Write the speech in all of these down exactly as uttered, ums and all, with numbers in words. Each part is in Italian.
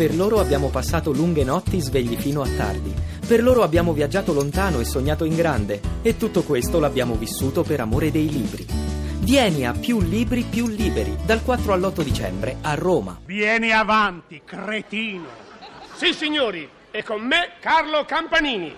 Per loro abbiamo passato lunghe notti svegli fino a tardi. Per loro abbiamo viaggiato lontano e sognato in grande. E tutto questo l'abbiamo vissuto per amore dei libri. Vieni a Più Libri Più Liberi, dal quattro all'otto dicembre a Roma. Vieni avanti, cretino. Sì, signori, e con me Carlo Campanini.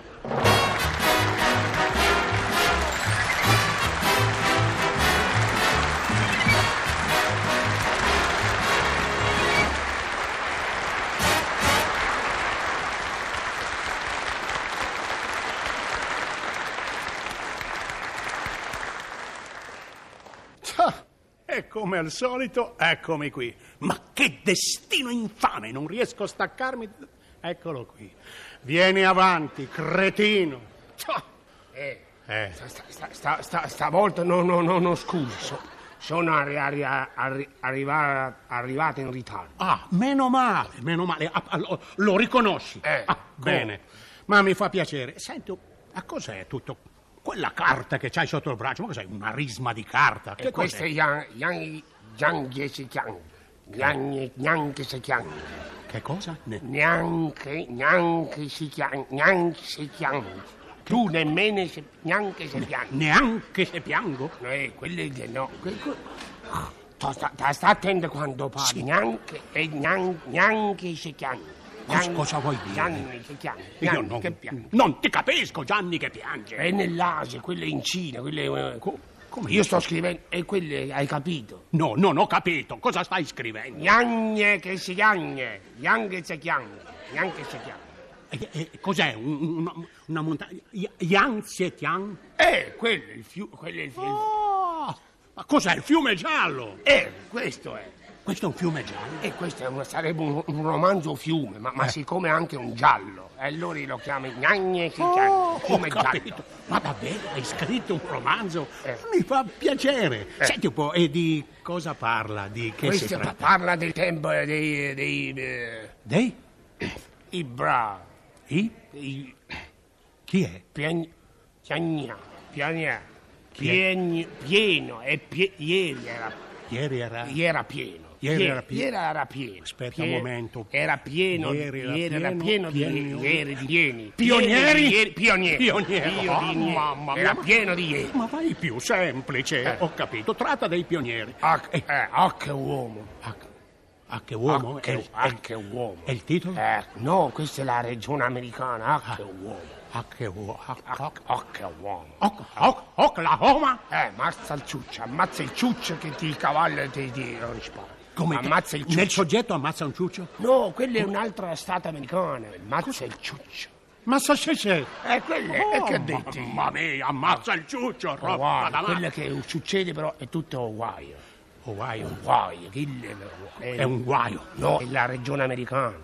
E come al solito, eccomi qui. Ma che destino infame, non riesco a staccarmi. Eccolo qui. Vieni avanti, cretino. Eh, Eh. sta, sta, sta, sta, stavolta no, no, no, no, scusi. So, sono arri, arri, arri, arriva, arrivato in ritardo. Ah, meno male, meno male. Ah, ah, lo, lo riconosci? Eh, ah, bene. Ma mi fa piacere. Senti, a cos'è tutto? Quella carta che c'hai sotto il braccio, ma cos'è? Una risma di carta? Che E questo cos'è? è Yang Yang Yang si chiama. Yang Yang si chiama. Che cosa? Ne- Neanche, neanche si chiama. Neanche si chiama. Tu nemmeno se, neanche se piangi. Neanche se piango? Eh, quelle che no. Que- que- sta, sta, sta attento quando parli. Sì. Neanche, e neanche, neanche si chiama. Cosa- cosa vuoi dire? Gianni si chiama. Io Gianni non, che piange. non ti capisco, Gianni che piange. È nell'Asia, quelle in Cina, quelle... eh, Co- come Io sto scrivendo, e quelle hai capito? No, non ho capito. Cosa stai scrivendo? Yagne che si chiagne, Yang che si chiagne, Yang che si chiagne. Eh, eh, cos'è? Un- una, una montagna? Yangtze-Tian? Eh, quello è il fiume, quello è il fiume. Oh, ma cos'è? Il fiume giallo? Eh, questo è. Questo è un fiume giallo? E questo è un- sarebbe un, un romanzo fiume, ma, ma Eh. siccome è anche un giallo, e allora lo chiami Yagne che si Oh, chiagne, ho fiume capito. giallo. Ma davvero? Hai scritto un romanzo? Eh. Mi fa piacere. Eh. Senti un po', e di cosa parla? Di che Questo si pa- tratta? parla del tempo dei... dei... eh, Dei? i bravi, I? i... Chi è? Pian... Piagna, piagna, Chi è? pieni- pieno, e pie- ieri era, Ieri era... ieri era pieno. Ieri Pie- era pieno. Ieri era pieno. Aspetta Pie- un momento. Era pieno, Ieri era ieri era pieno, pieno di pieno. ieri, di ieri. Pionieri? Pieno di ieri, pionieri. Pionieri. Io Oh, di ieri. mamma mia. Era pieno di ieri. Ma vai più semplice, Eh. ho capito. Tratta dei pionieri. Ah, eh, ah, che uomo. Ah, ah, che uomo? Ah, È che, il- ah, è il- che uomo. è il titolo? Eh, no, questa è la regione americana. Ah, che uomo. Ah, che uomo. Ah, Ah, ah, ah, che uomo. ah, ah, Oklahoma? Eh, ammazza il ciuccio, ammazza il ciuccio che ti, il cavallo ti, ti rispara. Come che- Ammazza il ciuccio. Nel soggetto ammazza un ciuccio? No, quella è un'altra stata americana. Ammazza il ciuccio. Massachusetts. Eh, quella è Oh, che ha detto. mamma mia, ammazza il ciuccio, roba Ohio, da quella che succede però è tutto Ohio. Ohio. Ohio, che è, È un guaio. No, è la regione americana.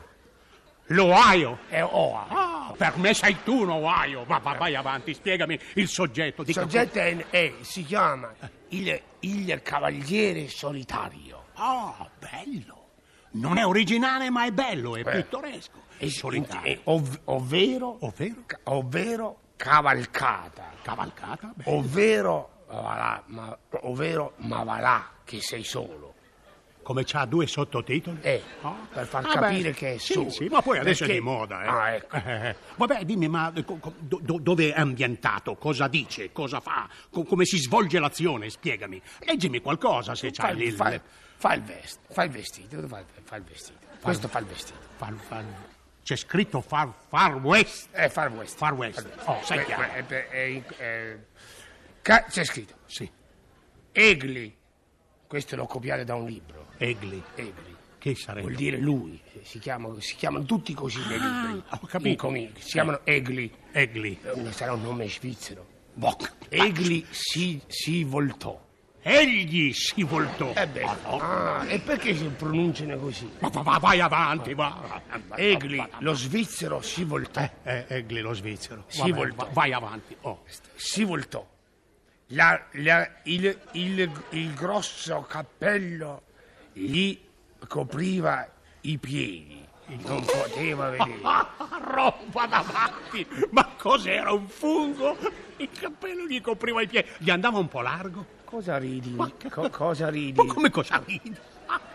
L'Ohio? È Ohio. Ah, per me sei tu un Ohio. Va, va, vai avanti, spiegami il soggetto. Il Dica- soggetto è, è- si chiama il, il Cavaliere Solitario. Ah, bello. Non è originale, ma è bello, è Eh. pittoresco. È solitario. è- ov- ovvero, Ovvero? ca- ovvero cavalcata. Cavalcata? Beh. Ovvero, ma va là, ma, ovvero, ma va là che sei solo. Come c'ha due sottotitoli? Eh, Ah. per far Ah, capire beh, che è sì, solo. sì, ma poi adesso Perché- è di moda, eh. Ah, ecco. Eh, vabbè, dimmi, ma co- co- do- do- dove è ambientato? Cosa dice? Cosa fa? Co- come si svolge l'azione? Spiegami. Leggimi qualcosa se c'hai Fai, lì il... fai, fai il vest, fai il vestito, dove fai, fai il vestito? Questo fa il vestito. Far- far- C'è scritto Far, far West. Eh, far west. Far West. Oh, sai Eh, chiaro. ma è- è- è- è- ca- c'è scritto Sì, Egli. Questo l'ho copiato da un libro. Egli. Egli. Che sarebbe? Vuol dire lui. Si chiamano, si chiamano tutti così nei Ah, libri. ho capito. In comic. Si chiamano Egli. Egli. Eh, Sarà un nome svizzero. Boc. Egli si, si voltò. Egli si voltò. Eh beh, Ah, no. ah, e perché si pronunciano così? Ma va, va- vai avanti, va. Egli, lo svizzero, si voltò. Eh, Egli lo svizzero. Si Vabbè, voltò. va- vai avanti. Oh. Si voltò. La- la- il, il- il grosso cappello gli copriva i piedi. Non poteva vedere. Ah, roba davanti! Ma cos'era, un fungo? Il cappello gli copriva i piedi. Gli andava un po' largo? Cosa ridi? Ma che- Co- cosa ridi? Ma come cosa ridi?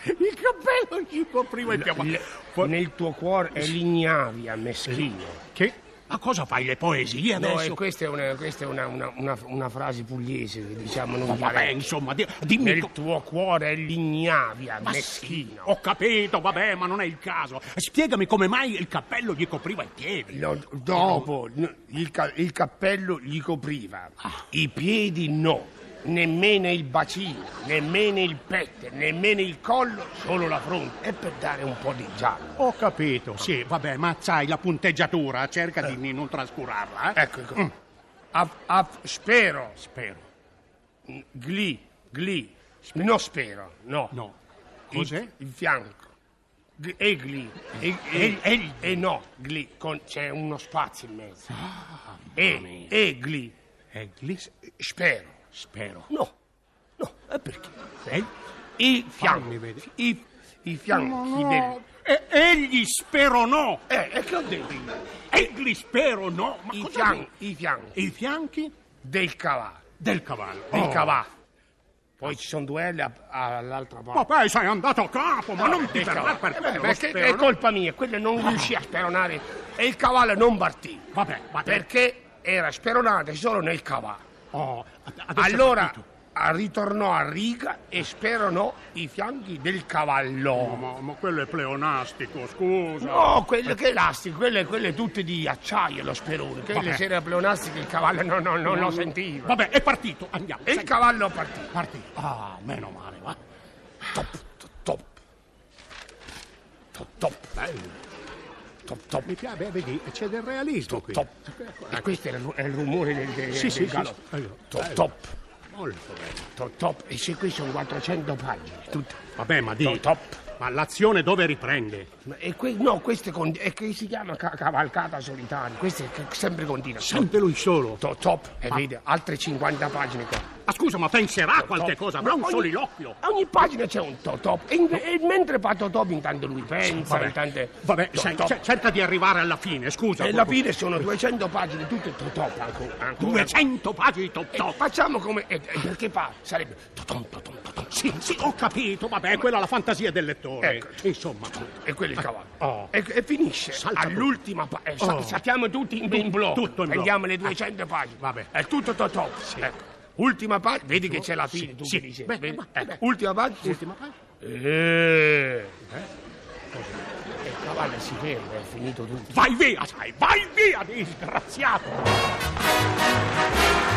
Il cappello gli copriva il cavallo. Le, nel tuo cuore è l'ignavia, meschino. Che? Ma cosa fai, le poesie adesso? No, e questa è una, questa è una, una, una, una frase pugliese che diciamo non Oh, vabbè, dialetto. insomma, di- dimmi... Nel co- tuo cuore è l'ignavia, Ma sì, meschino. ho capito, vabbè, ma non è il caso. Spiegami come mai il cappello gli copriva i piedi. No, dopo n- il, ca- il cappello gli copriva, Ah. i piedi no, nemmeno il bacino, nemmeno il petto, nemmeno il collo, solo la fronte. E per dare un po' di giallo. Ho capito, sì, vabbè, ma sai, la punteggiatura, cerca di non trascurarla, eh? Ecco, ecco. Af- af- spero, Spero. gli, gli, no spero, no. No. Il- Cos'è? Il, fianco. Gli- E gli, e, e, e, e no, gli, con- c'è uno spazio in mezzo. E, e gli, E lì spero. spero. No, no, e perché? Eh? I fianchi, Fammi vedere. i, i fianchi No, del... e- egli spero no. Eh, e che ho detto io? Egli spero no. Ma I cosa fianchi, i fianchi dici? I fianchi del cavallo, del cavallo. del Oh. cavallo. Poi ci sono due L a- all'altra parte. Ma poi sei andato a capo, ma non ti del fermare cavallo. per Eh, quello. perché spero è no. colpa mia, quello non riuscì a speronare e il cavallo non partì. Vabbè, vabbè. Perché era speronato solo nel cavallo. Oh, adesso ho Allora capito. ah, ritornò a riga e speronò i fianchi del cavallo. Oh, ma, ma quello è pleonastico, scusa. No, quello che è elastico, quelle, quelle tutte di acciaio, lo sperone. Quelle Vabbè. se era pleonastico il cavallo non, non- non lo sentiva. Vabbè, è partito, andiamo. E il senti. cavallo partì. Partito. Ah, meno male, va. Top, top, top, top, Bello. top, top, Mi piace, beh, vedi, c'è del realismo qui. top. E questo è il, è il rumore del, del, Sì, del sì, sì, galoppo. sì. Allora, Top, bello. top, Molto bello. top, top. E se qui sono quattrocento pagine, tutte. Vabbè, ma di. Top, top. Ma l'azione dove riprende? Ma- E que- no, questo è, con- è che si chiama ca- cavalcata solitaria. Questo è che- sempre continua. Sempre lui solo. Top, top. E vedi, altre cinquanta pagine qua. Ah, scusa, ma penserà a qualche Top. cosa, Ma avrà un ogni- soliloquio. Ogni pagina c'è un top, top. E, in- e mentre fa top, top, intanto lui pensa, Vabbè, intanto... vabbè top, sai, top. c- cerca di arrivare alla fine, scusa. E alla fine sono duecento pagine, tutte top, top. Ancora, ancora. duecento pagine top E top. facciamo come... E, e perché fa? Sarebbe... Totom, totom, totom. Sì, sì, ho capito, vabbè, quella è la fantasia del lettore. Ecco. Insomma. E quello è il cavallo. Oh. E, e finisce Salta all'ultima pagina. Oh. Saltiamo tutti in, in blocco. tutto in blocco. Prendiamo le duecento pagine. Vabbè. È tutto top, top. Ecco. Ultima pagina. Vedi che c'è la fine. Sì, tu sì. che dici. Beh, Vedi? beh, Ecco. beh. Ultima pagina. Ultima pagina. Eh. E il cavallo si ferma, è finito tutto. Vai via, sai, vai via, disgraziato.